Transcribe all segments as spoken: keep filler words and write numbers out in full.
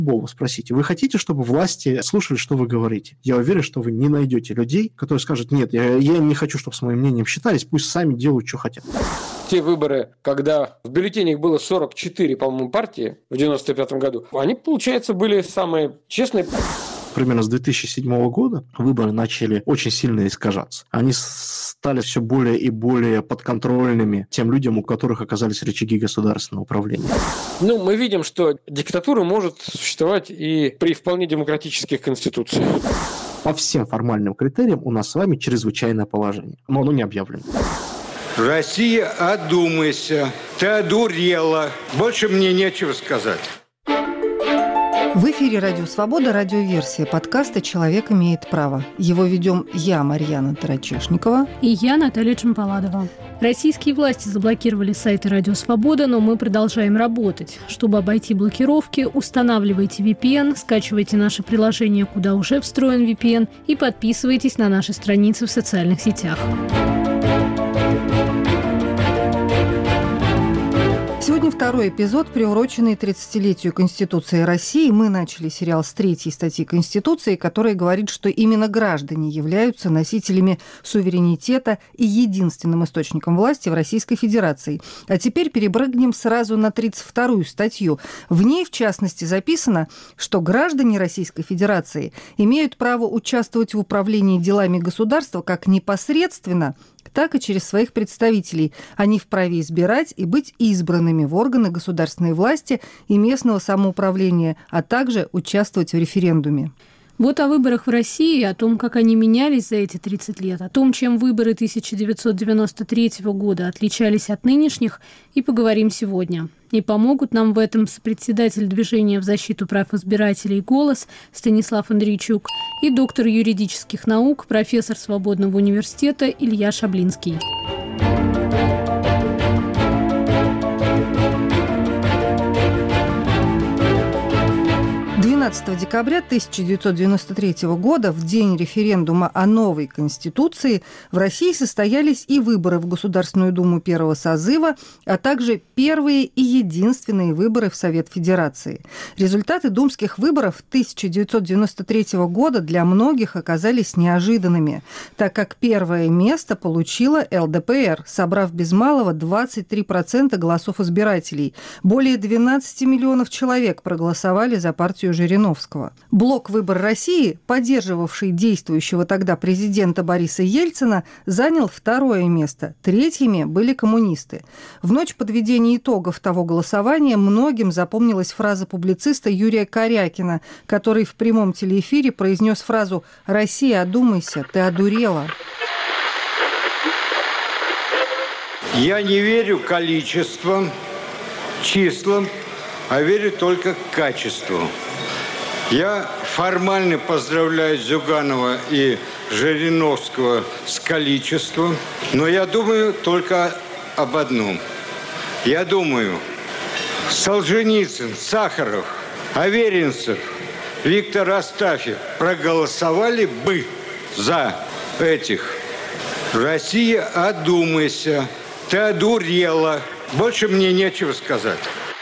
любого спросите, вы хотите, чтобы власти слушали, что вы говорите? Я уверен, что вы не найдете людей, которые скажут, нет, я, я не хочу, чтобы с моим мнением считались, пусть сами делают, что хотят. Те выборы, когда в бюллетенях было сорок четыре, по-моему, партии в девяносто пятом году, они, получается, были самые честные. Примерно с две тысячи седьмого года выборы начали очень сильно искажаться. Они стали все более и более подконтрольными тем людям, у которых оказались рычаги государственного управления. Ну, мы видим, что диктатура может существовать и при вполне демократических конституциях. По всем формальным критериям у нас с вами чрезвычайное положение, но оно не объявлено. Россия, одумайся, ты одурела. Больше мне нечего сказать. В эфире «Радио Свобода», радиоверсия подкаста «Человек имеет право». Его ведем я, Марьяна Тарачешникова. И я, Наталья Чемпаладова. Российские власти заблокировали сайты «Радио Свобода», но мы продолжаем работать. Чтобы обойти блокировки, устанавливайте ви пи эн, скачивайте наше приложение, куда уже встроен ви пи эн, и подписывайтесь на наши страницы в социальных сетях. Сегодня второй эпизод, приуроченный тридцатилетию Конституции России. Мы начали сериал с третьей статьи Конституции, которая говорит, что именно граждане являются носителями суверенитета и единственным источником власти в Российской Федерации. А теперь перепрыгнем сразу на тридцать вторую статью. В ней, в частности, записано, что граждане Российской Федерации имеют право участвовать в управлении делами государства как непосредственно, так и через своих представителей. Они вправе избирать и быть избранными в органы государственной власти и местного самоуправления, а также участвовать в референдуме. Вот о выборах в России, о том, как они менялись за эти тридцать лет, о том, чем выборы тысяча девятьсот девяносто третьего года отличались от нынешних, и поговорим сегодня. И помогут нам в этом сопредседатель движения в защиту прав избирателей «Голос» Станислав Андрейчук и доктор юридических наук, профессор Свободного университета Илья Шаблинский. двенадцатого декабря тысяча девятьсот девяносто третьего года, в день референдума о новой Конституции, в России состоялись и выборы в Государственную Думу первого созыва, а также первые и единственные выборы в Совет Федерации. Результаты думских выборов тысяча девятьсот девяносто третьего года для многих оказались неожиданными, так как первое место получила эл дэ пэ эр, собрав без малого двадцать три процента голосов избирателей. Более двенадцать миллионов человек проголосовали за партию Жириновского. Блок «Выбор России», поддерживавший действующего тогда президента Бориса Ельцина, занял второе место. Третьими были коммунисты. В ночь подведения итогов того голосования многим запомнилась фраза публициста Юрия Корякина, который в прямом телеэфире произнес фразу «Россия, одумайся, ты одурела». Я не верю количествам, числам, а верю только качеству. Я формально поздравляю Зюганова и Жириновского с количеством, но я думаю только об одном. Я думаю, Солженицын, Сахаров, Аверинцев, Виктор Астафьев проголосовали бы за этих. Россия, одумайся, ты одурела. Больше мне нечего сказать.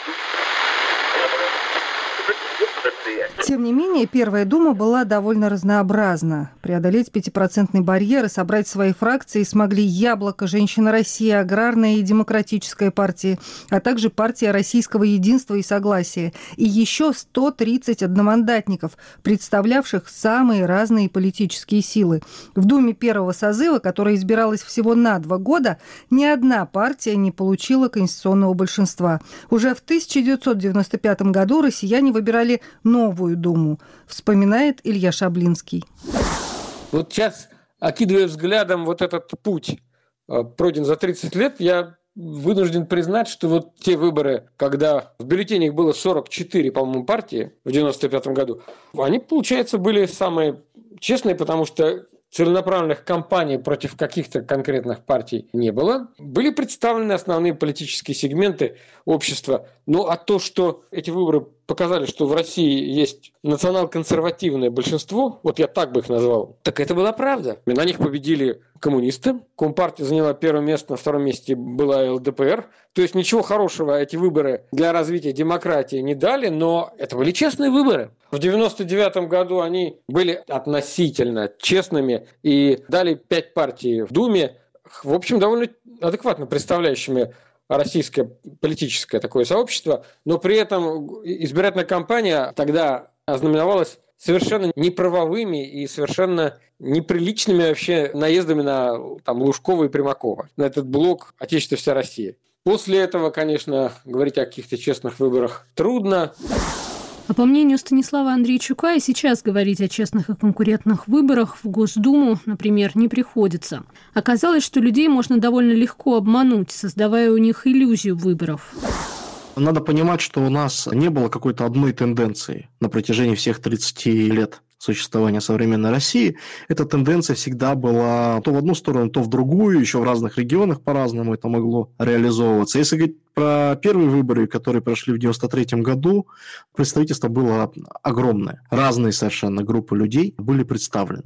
Тем не менее, Первая Дума была довольно разнообразна. Преодолеть пятипроцентный барьер и собрать свои фракции смогли «Яблоко», «Женщина России», Аграрная и Демократическая партии, а также партия Российского единства и согласия. И еще сто тридцать одномандатников, представлявших самые разные политические силы. В Думе первого созыва, которая избиралась всего на два года, ни одна партия не получила конституционного большинства. Уже в тысяча девятьсот девяносто пятом году россияне выбирали новую Думу, вспоминает Илья Шаблинский. Вот сейчас, окидывая взглядом вот этот путь, пройден за тридцать лет, я вынужден признать, что вот те выборы, когда в бюллетенях было сорок четыре, по-моему, партии в девяносто пятом году, они, получается, были самые честные, потому что целенаправленных кампаний против каких-то конкретных партий не было. Были представлены основные политические сегменты общества. Ну, а то, что эти выборы показали, что в России есть национал-консервативное большинство, вот я так бы их назвал, так это была правда. На них победили коммунисты, Компартия заняла первое место, на втором месте была эл дэ пэ эр. То есть ничего хорошего эти выборы для развития демократии не дали, но это были честные выборы. В девяносто девятом году они были относительно честными и дали пять партий в Думе, в общем, довольно адекватно представляющими российское политическое такое сообщество, но при этом избирательная кампания тогда ознаменовалась совершенно неправовыми и совершенно неприличными вообще наездами на там, Лужкова и Примакова, на этот блок «Отечество вся Россия». После этого, конечно, говорить о каких-то честных выборах трудно. А по мнению Станислава Андрейчука, и сейчас говорить о честных и конкурентных выборах в Госдуму, например, не приходится. Оказалось, что людей можно довольно легко обмануть, создавая у них иллюзию выборов. Надо понимать, что у нас не было какой-то одной тенденции на протяжении всех тридцати лет существования современной России. Эта тенденция всегда была то в одну сторону, то в другую, еще в разных регионах по-разному это могло реализовываться. Если говорить про первые выборы, которые прошли в девяносто третьем году, представительство было огромное. Разные совершенно группы людей были представлены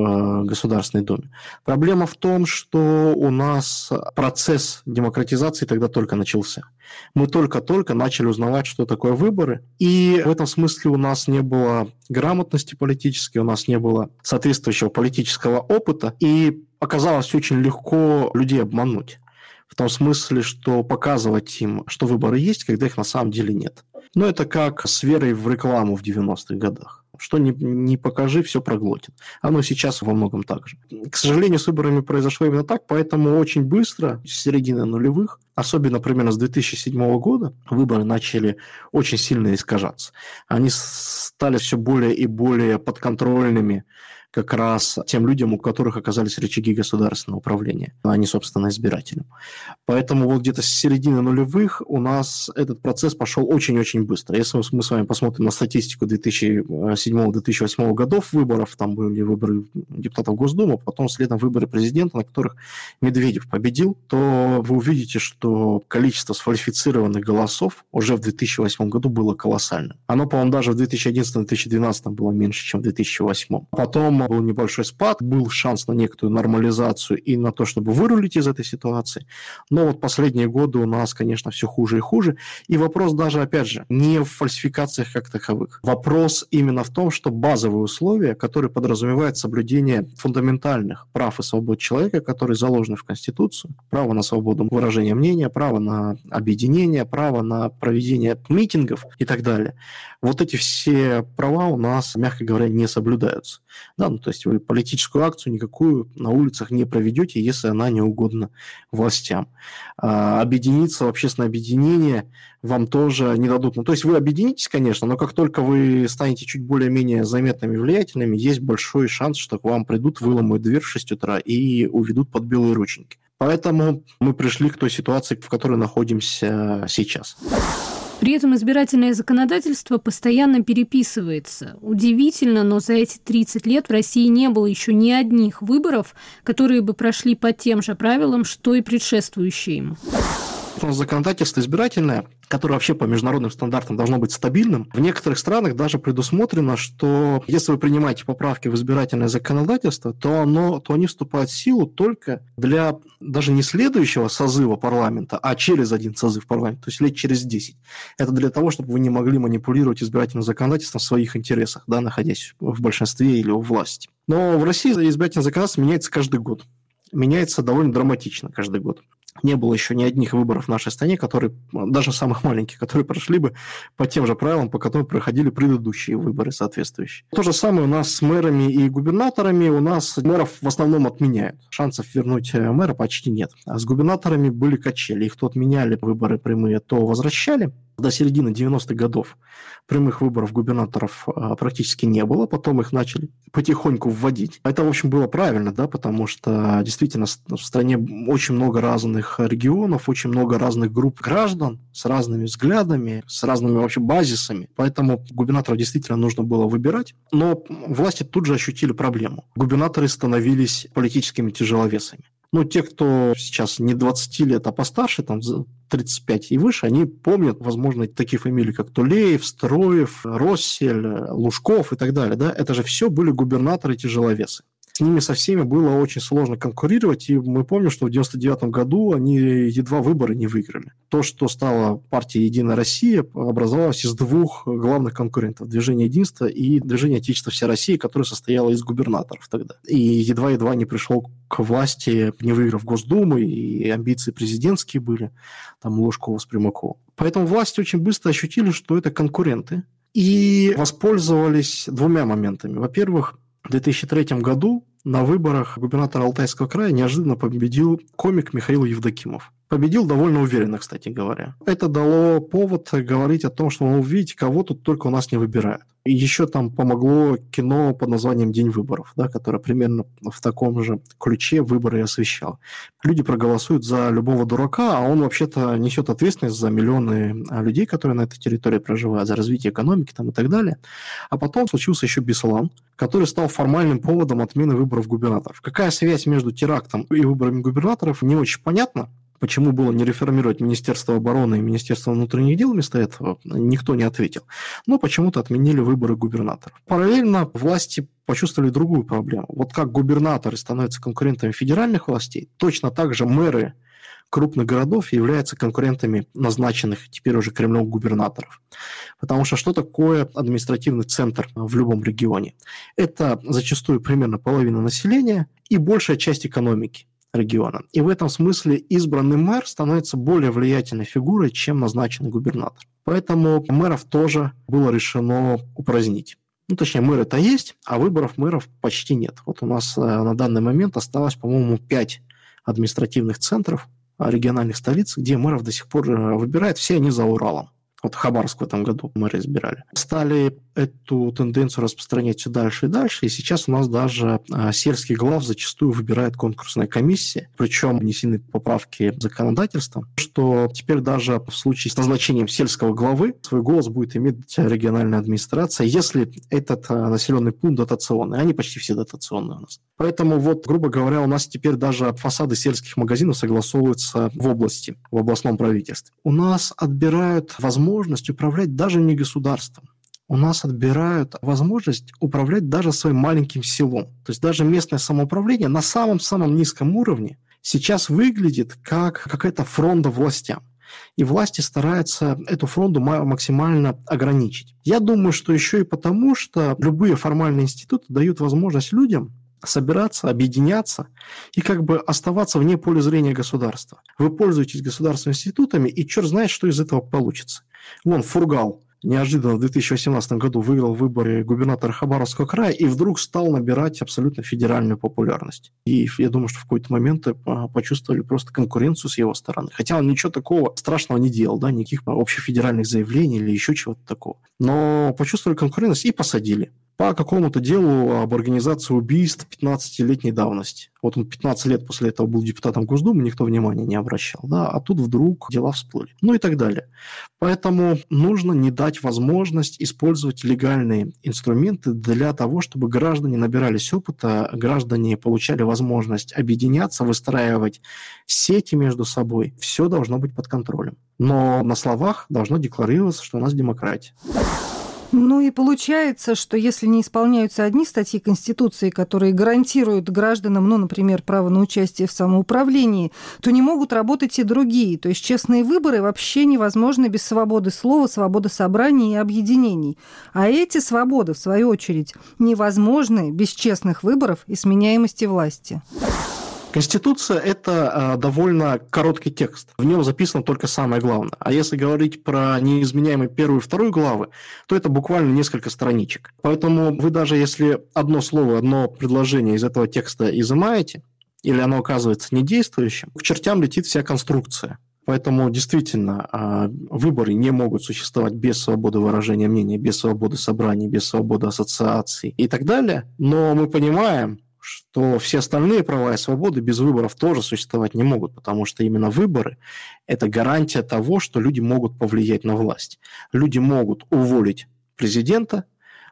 в Государственной Думе. Проблема в том, что у нас процесс демократизации тогда только начался. Мы только-только начали узнавать, что такое выборы, и в этом смысле у нас не было грамотности политической, у нас не было соответствующего политического опыта, и оказалось очень легко людей обмануть. В том смысле, что показывать им, что выборы есть, когда их на самом деле нет. Но это как с верой в рекламу в девяностых годах. Что ни, ни покажи, все проглотит. Оно сейчас во многом так же. К сожалению, с выборами произошло именно так, поэтому очень быстро, с середины нулевых, особенно примерно с две тысячи седьмого года, выборы начали очень сильно искажаться. Они стали все более и более подконтрольными как раз тем людям, у которых оказались рычаги государственного управления, а не, собственно, избирателям. Поэтому вот где-то с середины нулевых у нас этот процесс пошел очень-очень быстро. Если мы с вами посмотрим на статистику две тысячи седьмого - две тысячи восьмого годов выборов, там были выборы депутатов Госдумы, потом следом выборы президента, на которых Медведев победил, то вы увидите, что количество сфальсифицированных голосов уже в две тысячи восьмом году было колоссальным. Оно, по-моему, даже в две тысячи одиннадцатом - две тысячи двенадцатом было меньше, чем в две тысячи восьмом. Потом был небольшой спад, был шанс на некоторую нормализацию и на то, чтобы вырулить из этой ситуации. Но вот последние годы у нас, конечно, все хуже и хуже. И вопрос даже, опять же, не в фальсификациях как таковых. Вопрос именно в том, что базовые условия, которые подразумевают соблюдение фундаментальных прав и свобод человека, которые заложены в Конституцию, право на свободу выражения мнения, право на объединение, право на проведение митингов и так далее. Вот эти все права у нас, мягко говоря, не соблюдаются. Да, ну, то есть вы политическую акцию никакую на улицах не проведете, если она не угодна властям. А объединиться в общественное объединение вам тоже не дадут. Ну, то есть вы объединитесь, конечно, но как только вы станете чуть более-менее заметными и влиятельными, есть большой шанс, что к вам придут, выломают дверь в шесть утра и уведут под белые рученьки. Поэтому мы пришли к той ситуации, в которой находимся сейчас. При этом избирательное законодательство постоянно переписывается. Удивительно, но за эти тридцать лет в России не было еще ни одних выборов, которые бы прошли по тем же правилам, что и предшествующие им. У нас законодательство избирательное, которое вообще по международным стандартам должно быть стабильным. В некоторых странах даже предусмотрено, что если вы принимаете поправки в избирательное законодательство, то, оно, то они вступают в силу только для даже не следующего созыва парламента, а через один созыв парламента, то есть лет через десять. Это для того, чтобы вы не могли манипулировать избирательным законодательством в своих интересах, да, находясь в большинстве или у власти. Но в России избирательное законодательство меняется каждый год. Меняется довольно драматично каждый год. Не было еще ни одних выборов в нашей стране, которые, даже самых маленьких, которые прошли бы по тем же правилам, по которым проходили предыдущие выборы соответствующие. То же самое у нас с мэрами и губернаторами. У нас мэров в основном отменяют. Шансов вернуть мэра почти нет. А с губернаторами были качели. Их то отменяли выборы прямые, то возвращали. До середины девяностых годов прямых выборов губернаторов практически не было, потом их начали потихоньку вводить. Это, в общем, было правильно, да, потому что действительно в стране очень много разных регионов, очень много разных групп граждан с разными взглядами, с разными вообще базисами, поэтому губернаторов действительно нужно было выбирать, но власти тут же ощутили проблему. Губернаторы становились политическими тяжеловесами. Но те, кто сейчас не двадцать лет, а постарше, там тридцать пять и выше, они помнят, возможно, такие фамилии, как Тулеев, Строев, Россель, Лужков и так далее. Да? Это же все были губернаторы-тяжеловесы. С ними со всеми было очень сложно конкурировать, и мы помним, что в девяносто девятом году они едва выборы не выиграли. То, что стала партия «Единая Россия», образовалось из двух главных конкурентов – Движение Единства и Движение Отечества Вся Россия, которое состояло из губернаторов тогда. И едва-едва не пришел к власти, не выиграв Госдуму, и амбиции президентские были, там Лужкова с Примаковым. Поэтому власти очень быстро ощутили, что это конкуренты, и воспользовались двумя моментами. Во-первых, в две тысячи третьем году на выборах губернатора Алтайского края неожиданно победил комик Михаил Евдокимов. Победил довольно уверенно, кстати говоря. Это дало повод говорить о том, что, ну, видите, кого тут только у нас не выбирают. И еще там помогло кино под названием «День выборов», да, которое примерно в таком же ключе выборы и освещало. Люди проголосуют за любого дурака, а он вообще-то несет ответственность за миллионы людей, которые на этой территории проживают, за развитие экономики там, и так далее. А потом случился еще Беслан, который стал формальным поводом отмены выборов губернаторов. Какая связь между терактом и выборами губернаторов, не очень понятно. Почему было не реформировать Министерство обороны и Министерство внутренних дел вместо этого, никто не ответил. Но почему-то отменили выборы губернаторов. Параллельно власти почувствовали другую проблему. Вот как губернаторы становятся конкурентами федеральных властей, точно так же мэры крупных городов являются конкурентами назначенных теперь уже Кремлем губернаторов. Потому что что такое административный центр в любом регионе? Это зачастую примерно половина населения и большая часть экономики региона. И в этом смысле избранный мэр становится более влиятельной фигурой, чем назначенный губернатор. Поэтому мэров тоже было решено упразднить. Ну, точнее, мэры-то есть, а выборов мэров почти нет. Вот у нас на данный момент осталось, по-моему, пять административных центров, региональных столиц, где мэров до сих пор выбирают, все они за Уралом. Вот Хабаровск в этом году мэры избирали. Стали эту тенденцию распространять все дальше и дальше, и сейчас у нас даже сельских глав зачастую выбирает конкурсная комиссия, причем внесены поправки законодательством, что теперь даже в случае с назначением сельского главы свой голос будет иметь региональная администрация, если этот населенный пункт дотационный. Они почти все дотационные у нас. Поэтому, вот, грубо говоря, у нас теперь даже фасады сельских магазинов согласовываются в области, в областном правительстве. У нас отбирают возможность управлять даже не государством. У нас отбирают возможность управлять даже своим маленьким селом. То есть даже местное самоуправление на самом-самом низком уровне сейчас выглядит как какая-то фронта властям. И власти стараются эту фронту максимально ограничить. Я думаю, что еще и потому, что любые формальные институты дают возможность людям собираться, объединяться и как бы оставаться вне поля зрения государства. Вы пользуетесь государственными институтами, и черт знает, что из этого получится. Вон Фургал неожиданно в две тысячи восемнадцатом году выиграл выборы губернатора Хабаровского края и вдруг стал набирать абсолютно федеральную популярность. И я думаю, что в какой-то момент почувствовали просто конкуренцию с его стороны. Хотя он ничего такого страшного не делал, да, никаких общефедеральных заявлений или еще чего-то такого. Но почувствовали конкурентность и посадили по какому-то делу об организации убийств пятнадцатилетней давности. Вот он пятнадцать лет после этого был депутатом Госдумы, никто внимания не обращал, да, а тут вдруг дела всплыли. Ну и так далее. Поэтому нужно не дать возможность использовать легальные инструменты для того, чтобы граждане набирались опыта, граждане получали возможность объединяться, выстраивать сети между собой. Все должно быть под контролем. Но на словах должно декларироваться, что у нас демократия. Ну и получается, что если не исполняются одни статьи Конституции, которые гарантируют гражданам, ну, например, право на участие в самоуправлении, то не могут работать и другие. То есть честные выборы вообще невозможны без свободы слова, свободы собраний и объединений. А эти свободы, в свою очередь, невозможны без честных выборов и сменяемости власти. Конституция – это довольно короткий текст. В нем записано только самое главное. А если говорить про неизменяемые первую и вторую главы, то это буквально несколько страничек. Поэтому вы даже если одно слово, одно предложение из этого текста изымаете, или оно оказывается недействующим, к чертям летит вся конструкция. Поэтому действительно выборы не могут существовать без свободы выражения мнения, без свободы собраний, без свободы ассоциаций и так далее. Но мы понимаем, что все остальные права и свободы без выборов тоже существовать не могут, потому что именно выборы – это гарантия того, что люди могут повлиять на власть. Люди могут уволить президента,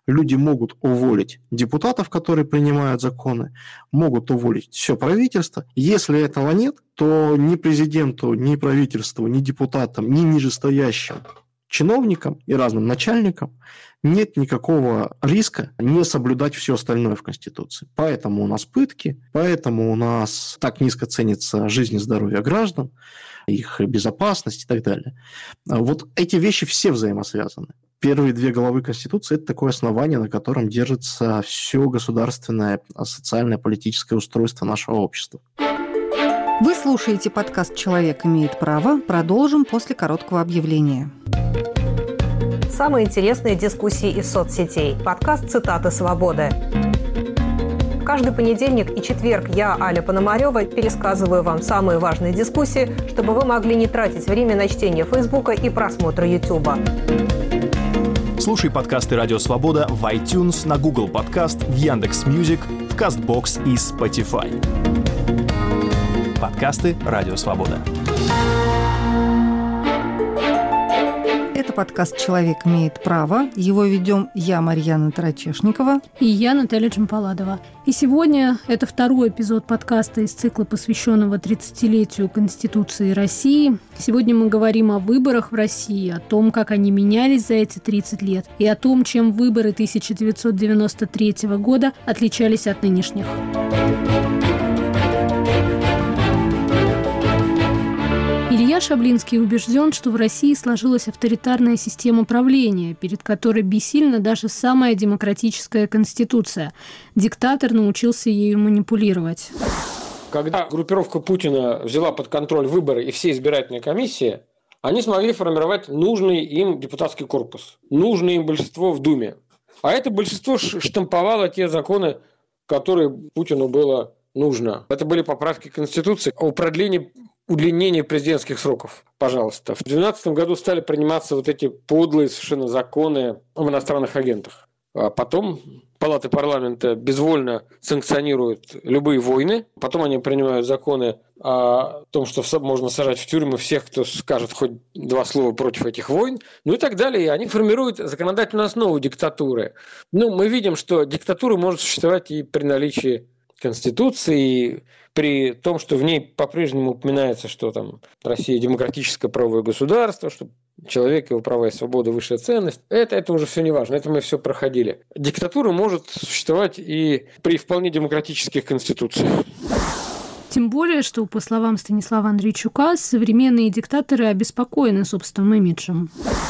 Люди могут уволить депутатов, которые принимают законы, могут уволить все правительство. Если этого нет, то ни президенту, ни правительству, ни депутатам, ни нижестоящим чиновникам и разным начальникам нет никакого риска не соблюдать все остальное в Конституции. Поэтому у нас пытки, поэтому у нас так низко ценится жизнь и здоровье граждан, их безопасность и так далее. Вот эти вещи все взаимосвязаны. Первые две главы Конституции – это такое основание, на котором держится все государственное, социальное, политическое устройство нашего общества. Вы слушаете подкаст «Человек имеет право». Продолжим после короткого объявления. Самые интересные дискуссии из соцсетей. Подкаст «Цитаты свободы». Каждый понедельник и четверг я, Аля Пономарева, пересказываю вам самые важные дискуссии, чтобы вы могли не тратить время на чтение Фейсбука и просмотр Ютуба. Слушай подкасты «Радио Свобода» в iTunes, на Google Подкаст, в Яндекс.Мьюзик, в Кастбокс и Spotify. Подкасты «Радио Свобода». Это подкаст «Человек имеет право». Его ведем я, Марьяна Тарачешникова. И я, Наталья Джампаладова. И сегодня это второй эпизод подкаста из цикла, посвященного тридцатилетию Конституции России. Сегодня мы говорим о выборах в России, о том, как они менялись за эти тридцать лет, и о том, чем выборы тысяча девятьсот девяносто третьего года отличались от нынешних. Илья Шаблинский убежден, что в России сложилась авторитарная система правления, перед которой бессильна даже самая демократическая конституция. Диктатор научился ею манипулировать. Когда группировка Путина взяла под контроль выборы и все избирательные комиссии, они смогли формировать нужный им депутатский корпус, нужное им большинство в Думе. А это большинство штамповало те законы, которые Путину было нужно. Это были поправки к Конституции о продлении удлинение президентских сроков, пожалуйста. В две тысячи двенадцатом году стали приниматься вот эти подлые совершенно законы об иностранных агентах. А потом палаты парламента безвольно санкционируют любые войны. Потом они принимают законы о том, что можно сажать в тюрьмы всех, кто скажет хоть два слова против этих войн. Ну и так далее. И они формируют законодательную основу диктатуры. Ну, мы видим, что диктатура может существовать и при наличии Конституции, при том, что в ней по-прежнему упоминается, что там Россия демократическое правовое государство, что человек, его права и свобода высшая ценность. Это, это уже все не важно, это мы все проходили. Диктатура может существовать и при вполне демократических конституциях. Тем более, что, по словам Станислава Андрейчука, современные диктаторы обеспокоены собственным имиджем.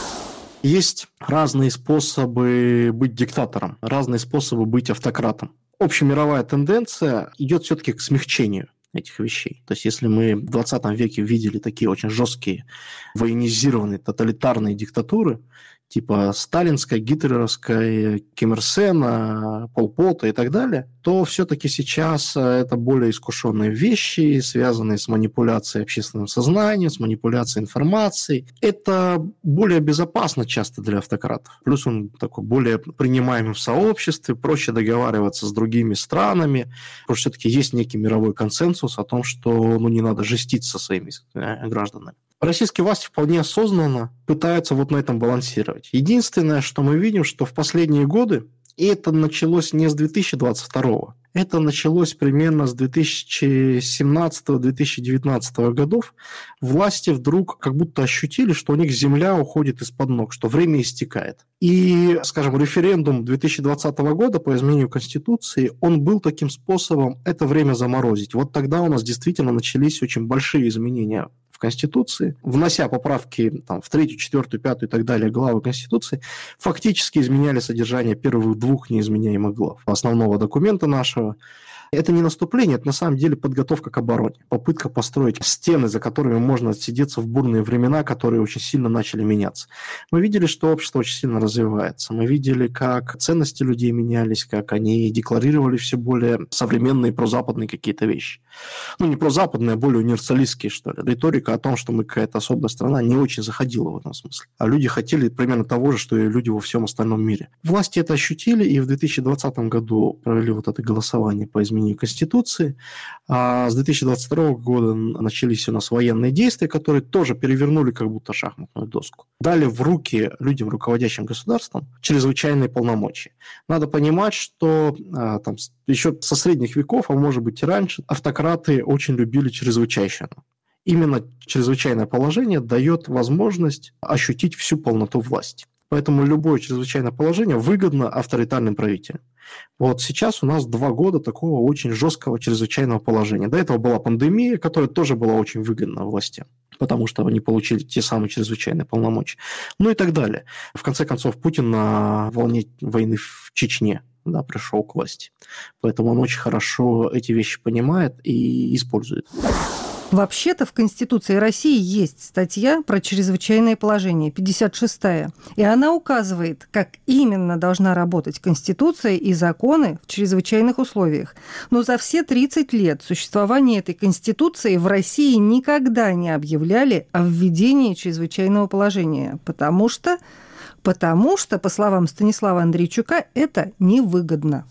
Есть разные способы быть диктатором, разные способы быть автократом. Общемировая тенденция идет все-таки к смягчению этих вещей. То есть, если мы в двадцатом веке видели такие очень жесткие военизированные тоталитарные диктатуры, типа сталинской, гитлеровской, Ким Ир Сена, Пол Пота и так далее, то все-таки сейчас это более искушенные вещи, связанные с манипуляцией общественным сознанием, с манипуляцией информацией. Это более безопасно часто для автократов. Плюс он такой более принимаемый в сообществе, проще договариваться с другими странами, потому что все-таки есть некий мировой консенсус о том, что ну, не надо жестить со своими гражданами. Российские власти вполне осознанно пытаются вот на этом балансировать. Единственное, что мы видим, что в последние годы, и это началось не с две тысячи двадцать второго, это началось примерно с две тысячи семнадцатого - две тысячи девятнадцатого годов, власти вдруг как будто ощутили, что у них земля уходит из-под ног, что время истекает. И, скажем, референдум две тысячи двадцатого года по изменению Конституции, он был таким способом это время заморозить. Вот тогда у нас действительно начались очень большие изменения в Конституции, внося поправки там, в третью, четвертую, пятую и так далее главы Конституции, фактически изменяли содержание первых двух неизменяемых глав основного документа нашего. Это не наступление, это на самом деле подготовка к обороне. Попытка построить стены, за которыми можно отсидеться в бурные времена, которые очень сильно начали меняться. Мы видели, что общество очень сильно развивается. Мы видели, как ценности людей менялись, как они декларировали все более современные прозападные какие-то вещи. Ну, не прозападные, а более универсалистские, что ли. Риторика о том, что мы какая-то особая страна, не очень заходила в этом смысле. А люди хотели примерно того же, что и люди во всем остальном мире. Власти это ощутили, и в две тысячи двадцатом году провели вот это голосование по изменению применению Конституции. А с две тысячи двадцать второго года начались у нас военные действия, которые тоже перевернули как будто шахматную доску. Дали в руки людям, руководящим государством, чрезвычайные полномочия. Надо понимать, что а, там, еще со средних веков, а может быть и раньше, автократы очень любили чрезвычайщину. Именно чрезвычайное положение дает возможность ощутить всю полноту власти. Поэтому любое чрезвычайное положение выгодно авторитарным правителям. Вот сейчас у нас два года такого очень жесткого чрезвычайного положения. До этого была пандемия, которая тоже была очень выгодна властям, потому что они получили те самые чрезвычайные полномочия. Ну и так далее. В конце концов, Путин на волне войны в Чечне, да, пришел к власти. Поэтому он очень хорошо эти вещи понимает и использует. Вообще-то в Конституции России есть статья про чрезвычайное положение, пятьдесят шестая, и она указывает, как именно должна работать Конституция и законы в чрезвычайных условиях. Но за все тридцать лет существования этой Конституции в России никогда не объявляли о введении чрезвычайного положения, потому что, потому что, по словам Станислава Андрейчука, это невыгодно.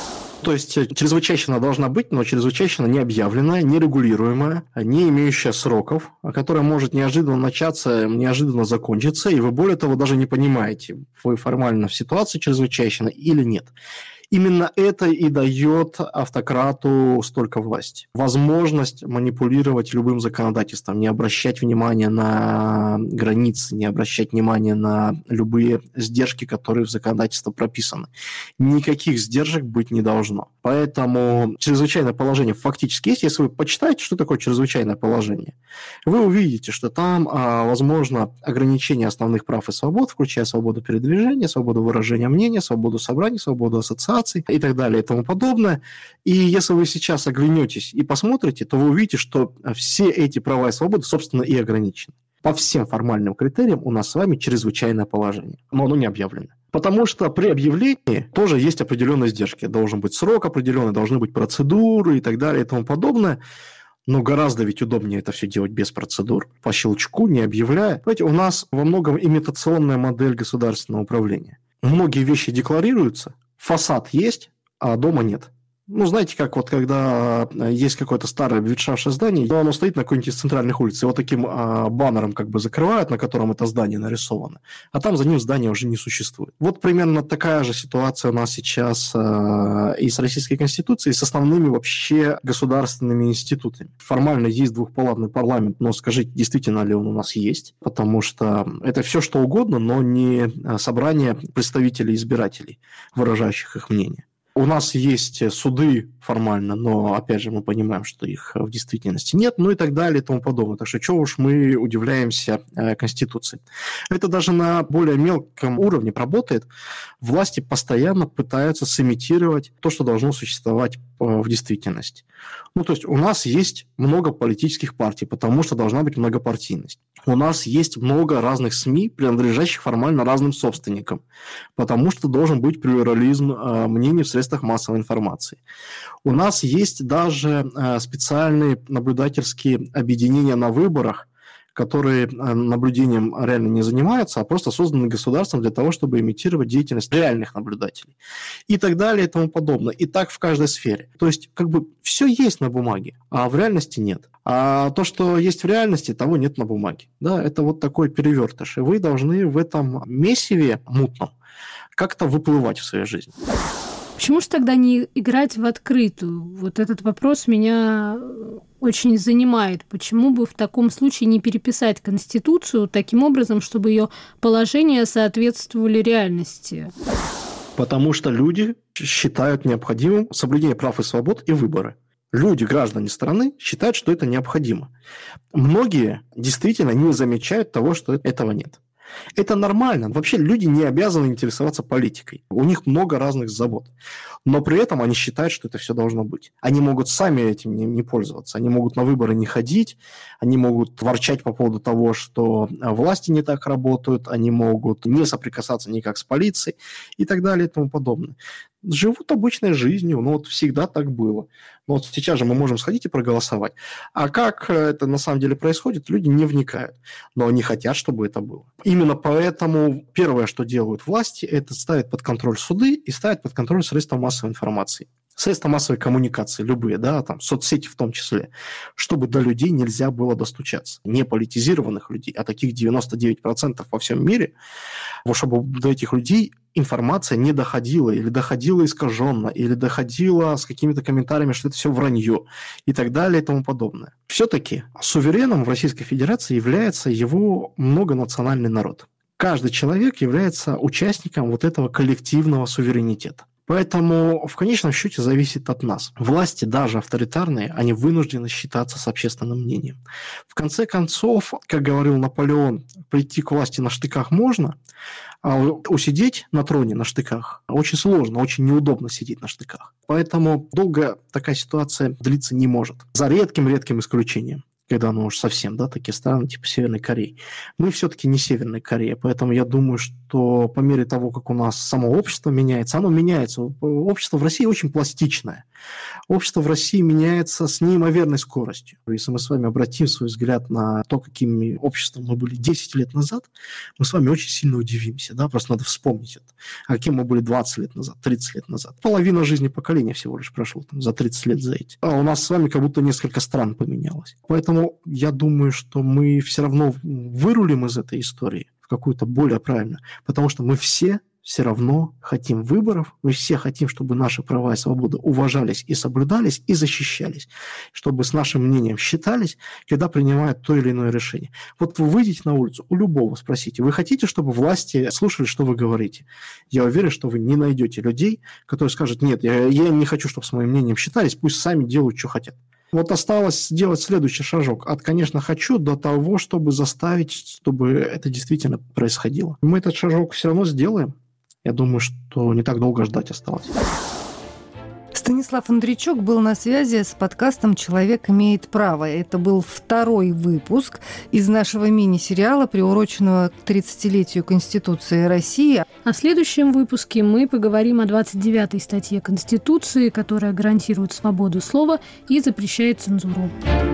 То есть чрезвычайщина должна быть, но чрезвычайщина не объявленная, не регулируемая, не имеющая сроков, которая может неожиданно начаться, неожиданно закончиться, и вы, более того, даже не понимаете, вы формально в ситуации чрезвычайщины или нет. Именно это и дает автократу столько власти. Возможность манипулировать любым законодательством, не обращать внимания на границы, не обращать внимания на любые сдержки, которые в законодательстве прописаны. Никаких сдержек быть не должно. Поэтому чрезвычайное положение фактически есть. Если вы почитаете, что такое чрезвычайное положение, вы увидите, что там, возможно, ограничение основных прав и свобод, включая свободу передвижения, свободу выражения мнения, свободу собраний, свободу ассоциаций, и так далее и тому подобное. И если вы сейчас оглянетесь и посмотрите, то вы увидите, что все эти права и свободы, собственно, и ограничены. По всем формальным критериям у нас с вами чрезвычайное положение, но оно не объявлено. Потому что при объявлении тоже есть определенные издержки. Должен быть срок определенный, должны быть процедуры и так далее и тому подобное. Но гораздо ведь удобнее это все делать без процедур, по щелчку, не объявляя. Знаете, у нас во многом имитационная модель государственного управления. Многие вещи декларируются, фасад есть, а дома нет. Ну, знаете, как вот когда есть какое-то старое обветшавшее здание, но оно стоит на какой-нибудь из центральных улиц, и вот таким а, баннером как бы закрывают, на котором это здание нарисовано, а там за ним здание уже не существует. Вот примерно такая же ситуация у нас сейчас а, и с Российской Конституцией, и с основными вообще государственными институтами. Формально есть двухпалатный парламент, но скажите, действительно ли он у нас есть? Потому что это все что угодно, но не собрание представителей избирателей, выражающих их мнение. У нас есть суды формально, но, опять же, мы понимаем, что их в действительности нет, ну и так далее и тому подобное. Так что чего уж мы удивляемся э, Конституции. Это даже на более мелком уровне работает. Власти постоянно пытаются сымитировать то, что должно существовать э, в действительности. Ну, то есть у нас есть много политических партий, потому что должна быть многопартийность. У нас есть много разных СМИ, принадлежащих формально разным собственникам, потому что должен быть плюрализм э, мнений в средствах массовой информации. У нас есть даже э, специальные наблюдательские объединения на выборах, которые наблюдением реально не занимаются, а просто созданы государством для того, чтобы имитировать деятельность реальных наблюдателей. И так далее и тому подобное. И так в каждой сфере. То есть как бы все есть на бумаге, а в реальности нет. А то, что есть в реальности, того нет на бумаге. Да, это вот такой перевертыш. И вы должны в этом месиве мутном как-то выплывать в своей жизни. Почему же тогда не играть в открытую? Вот этот вопрос меня очень занимает. Почему бы в таком случае не переписать Конституцию таким образом, чтобы ее положения соответствовали реальности? Потому что люди считают необходимым соблюдение прав и свобод и выборы. Люди, граждане страны, считают, что это необходимо. Многие действительно не замечают того, что этого нет. Это нормально. Вообще люди не обязаны интересоваться политикой. У них много разных забот. Но при этом они считают, что это все должно быть. Они могут сами этим не, не пользоваться. Они могут на выборы не ходить. Они могут ворчать по поводу того, что власти не так работают. Они могут не соприкасаться никак с полицией и так далее и тому подобное. Живут обычной жизнью, ну вот всегда так было. Но вот сейчас же мы можем сходить и проголосовать. А как это на самом деле происходит, люди не вникают. Но они хотят, чтобы это было. Именно поэтому первое, что делают власти, это ставят под контроль суды и ставят под контроль средства массовой информации. средства массовой коммуникации, любые, да, там, соцсети в том числе, чтобы до людей нельзя было достучаться. Не политизированных людей, а таких девяносто девять процентов во всем мире, чтобы до этих людей информация не доходила, или доходила искаженно, или доходила с какими-то комментариями, что это все вранье, и так далее, и тому подобное. Все-таки сувереном в Российской Федерации является его многонациональный народ. Каждый человек является участником вот этого коллективного суверенитета. Поэтому в конечном счете зависит от нас. Власти, даже авторитарные, они вынуждены считаться с общественным мнением. В конце концов, как говорил Наполеон, прийти к власти на штыках можно, а усидеть на троне на штыках очень сложно, очень неудобно сидеть на штыках. Поэтому долго такая ситуация длиться не может. За редким-редким исключением, когда ну уж совсем, да, такие страны типа Северной Кореи. Мы все-таки не Северная Корея, поэтому я думаю, что по мере того, как у нас само общество меняется, оно меняется. Общество в России очень пластичное. Общество в России меняется с неимоверной скоростью. Если мы с вами обратим свой взгляд на то, каким обществом мы были десять лет назад, мы с вами очень сильно удивимся. Да? Просто надо вспомнить это. А каким мы были двадцать лет назад, тридцать лет назад. Половина жизни поколения всего лишь прошло там, за тридцать лет за эти. А у нас с вами как будто несколько стран поменялось. Поэтому я думаю, что мы все равно вырулим из этой истории в какую-то более правильную. Потому что мы все все равно хотим выборов, мы все хотим, чтобы наши права и свободы уважались и соблюдались, и защищались, чтобы с нашим мнением считались, когда принимают то или иное решение. Вот вы выйдете на улицу, у любого спросите, вы хотите, чтобы власти слушали, что вы говорите? Я уверен, что вы не найдете людей, которые скажут, нет, я, я не хочу, чтобы с моим мнением считались, пусть сами делают, что хотят. Вот осталось сделать следующий шажок. От «конечно хочу» до того, чтобы заставить, чтобы это действительно происходило. Мы этот шажок все равно сделаем. Я думаю, что не так долго ждать осталось. Станислав Андрейчук был на связи с подкастом «Человек имеет право». Это был второй выпуск из нашего мини-сериала, приуроченного к тридцатилетию Конституции России. А в следующем выпуске мы поговорим о двадцать девятой статье Конституции, которая гарантирует свободу слова и запрещает цензуру.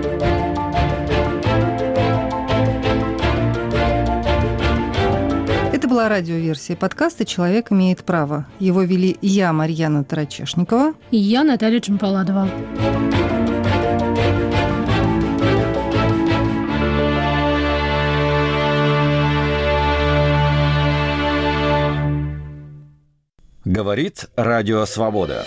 Это была радиоверсия подкаста «Человек имеет право». Его вели я, Марьяна Тарачешникова. И я, Наталья Джампаладова. Говорит Радио Свобода.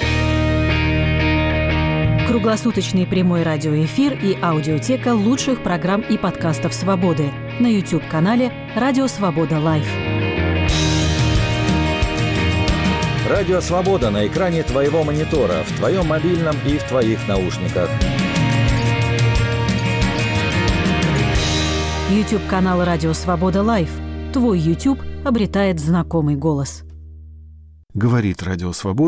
Круглосуточный прямой радиоэфир и аудиотека лучших программ и подкастов «Свободы» на YouTube-канале «Радио Свобода Лайв». Радио Свобода на экране твоего монитора, в твоем мобильном и в твоих наушниках. YouTube-канал «Радио Свобода Лайв». Твой YouTube обретает знакомый голос. Говорит Радио Свобода.